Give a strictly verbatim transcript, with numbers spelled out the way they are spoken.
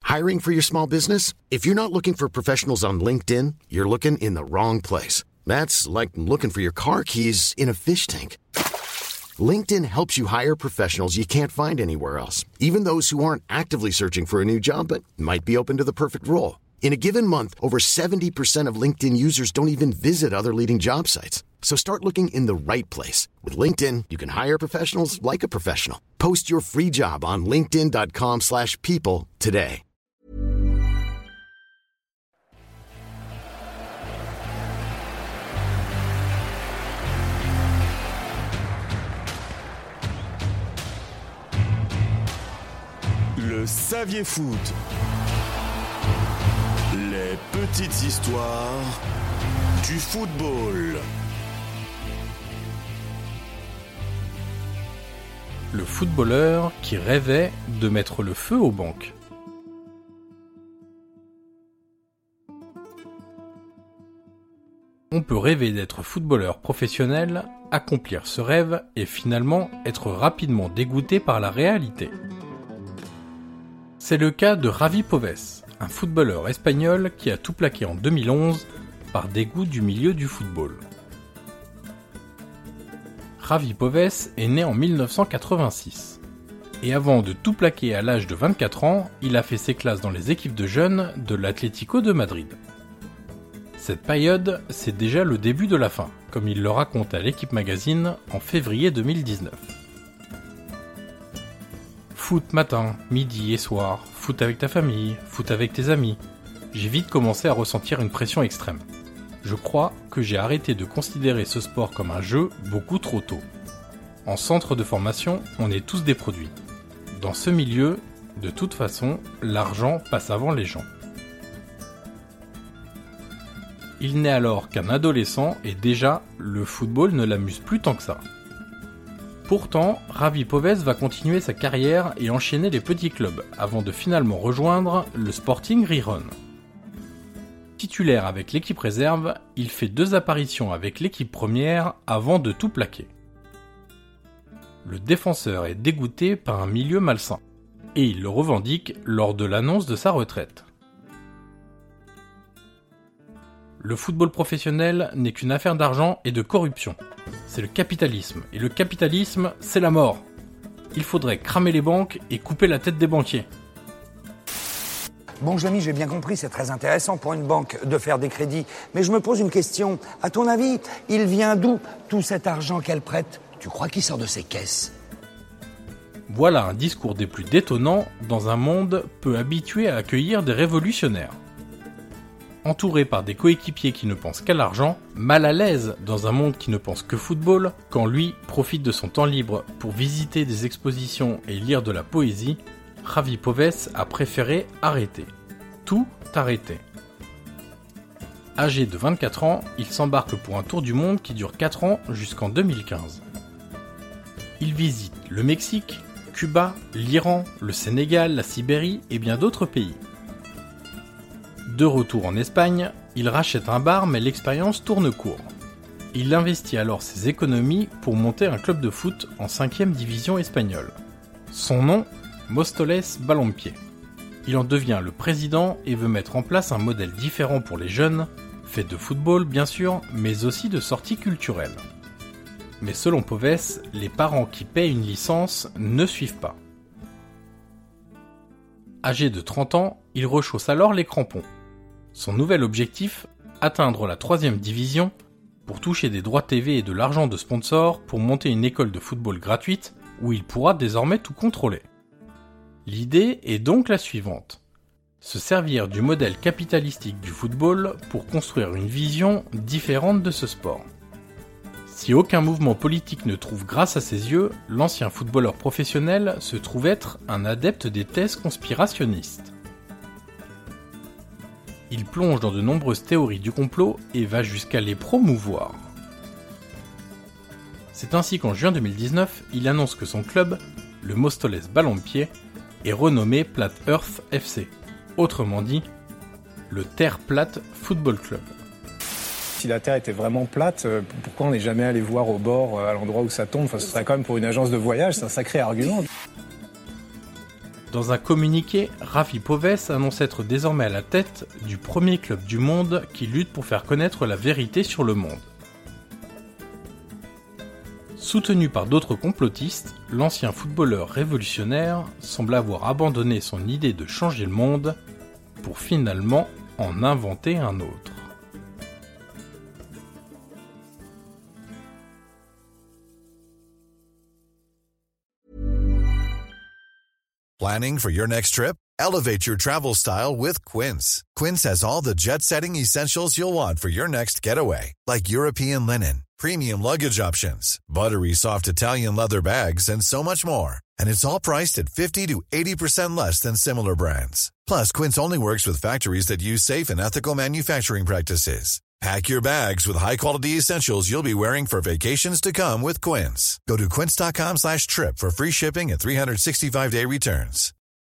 Hiring for your small business? If you're not looking for professionals on LinkedIn, you're looking in the wrong place. That's like looking for your car keys in a fish tank. LinkedIn helps you hire professionals you can't find anywhere else, even those who aren't actively searching for a new job but might be open to the perfect role. In a given month, over seventy percent of LinkedIn users don't even visit other leading job sites. So start looking in the right place. With LinkedIn, you can hire professionals like a professional. Post your free job on linkedin.com slash people today. Le Saviez Foot. Les petites histoires du football. Le footballeur qui rêvait de mettre le feu aux banques. On peut rêver d'être footballeur professionnel, accomplir ce rêve et finalement être rapidement dégoûté par la réalité. C'est le cas de Javi Povés, un footballeur espagnol qui a tout plaqué en deux mille onze par dégoût du milieu du football. Javi Povés est né en dix-neuf cent quatre-vingt-six. Et avant de tout plaquer à l'âge de vingt-quatre ans, il a fait ses classes dans les équipes de jeunes de l'Atlético de Madrid. Cette période, c'est déjà le début de la fin, comme il le raconte à l'Équipe Magazine en février deux mille dix-neuf. Foot matin, midi et soir, foot avec ta famille, foot avec tes amis. J'ai vite commencé à ressentir une pression extrême. Je crois que j'ai arrêté de considérer ce sport comme un jeu beaucoup trop tôt. En centre de formation, on est tous des produits. Dans ce milieu, de toute façon, l'argent passe avant les gens. Il n'est alors qu'un adolescent et déjà, le football ne l'amuse plus tant que ça. Pourtant, Javi Povés va continuer sa carrière et enchaîner les petits clubs avant de finalement rejoindre le Sporting Gijón. Titulaire avec l'équipe réserve, il fait deux apparitions avec l'équipe première avant de tout plaquer. Le défenseur est dégoûté par un milieu malsain et il le revendique lors de l'annonce de sa retraite. Le football professionnel n'est qu'une affaire d'argent et de corruption. C'est le capitalisme, et le capitalisme, c'est la mort. Il faudrait cramer les banques et couper la tête des banquiers. Bon, Jamy, j'ai bien compris, c'est très intéressant pour une banque de faire des crédits. Mais je me pose une question. À ton avis, il vient d'où tout cet argent qu'elle prête ? Tu crois qu'il sort de ses caisses ? Voilà un discours des plus détonnants dans un monde peu habitué à accueillir des révolutionnaires. Entouré par des coéquipiers qui ne pensent qu'à l'argent, mal à l'aise dans un monde qui ne pense que football, quand lui profite de son temps libre pour visiter des expositions et lire de la poésie, Javi Povés a préféré arrêter. Tout arrêter. Âgé de vingt-quatre ans, il s'embarque pour un tour du monde qui dure quatre ans jusqu'en deux mille quinze. Il visite le Mexique, Cuba, l'Iran, le Sénégal, la Sibérie et bien d'autres pays. De retour en Espagne, il rachète un bar mais l'expérience tourne court. Il investit alors ses économies pour monter un club de foot en cinquième division espagnole. Son nom, Móstoles Balompié. Il en devient le président et veut mettre en place un modèle différent pour les jeunes, fait de football bien sûr, mais aussi de sorties culturelles. Mais selon Povés, les parents qui paient une licence ne suivent pas. Âgé de trente ans, il rechausse alors les crampons. Son nouvel objectif, atteindre la troisième division pour toucher des droits T V et de l'argent de sponsors pour monter une école de football gratuite où il pourra désormais tout contrôler. L'idée est donc la suivante. Se servir du modèle capitalistique du football pour construire une vision différente de ce sport. Si aucun mouvement politique ne trouve grâce à ses yeux, l'ancien footballeur professionnel se trouve être un adepte des thèses conspirationnistes. Il plonge dans de nombreuses théories du complot et va jusqu'à les promouvoir. C'est ainsi qu'en juin deux mille dix-neuf, il annonce que son club, le Móstoles Balompié, est renommé Flat Earth F C, autrement dit, le Terre Plate Football Club. Si la Terre était vraiment plate, pourquoi on n'est jamais allé voir au bord, à l'endroit où ça tombe ? Enfin, ce serait quand même pour une agence de voyage, c'est un sacré argument. Dans un communiqué, Rafi Poves annonce être désormais à la tête du premier club du monde qui lutte pour faire connaître la vérité sur le monde. Soutenu par d'autres complotistes, l'ancien footballeur révolutionnaire semble avoir abandonné son idée de changer le monde pour finalement en inventer un autre. Planning for your next trip? Elevate your travel style with Quince. Quince has all the jet-setting essentials you'll want for your next getaway, like European linen, premium luggage options, buttery soft Italian leather bags, and so much more. And it's all priced at fifty to eighty percent less than similar brands. Plus, Quince only works with factories that use safe and ethical manufacturing practices. Pack your bags with high-quality essentials you'll be wearing for vacations to come with Quince. Go to quince.com slash trip for free shipping and three sixty-five day returns.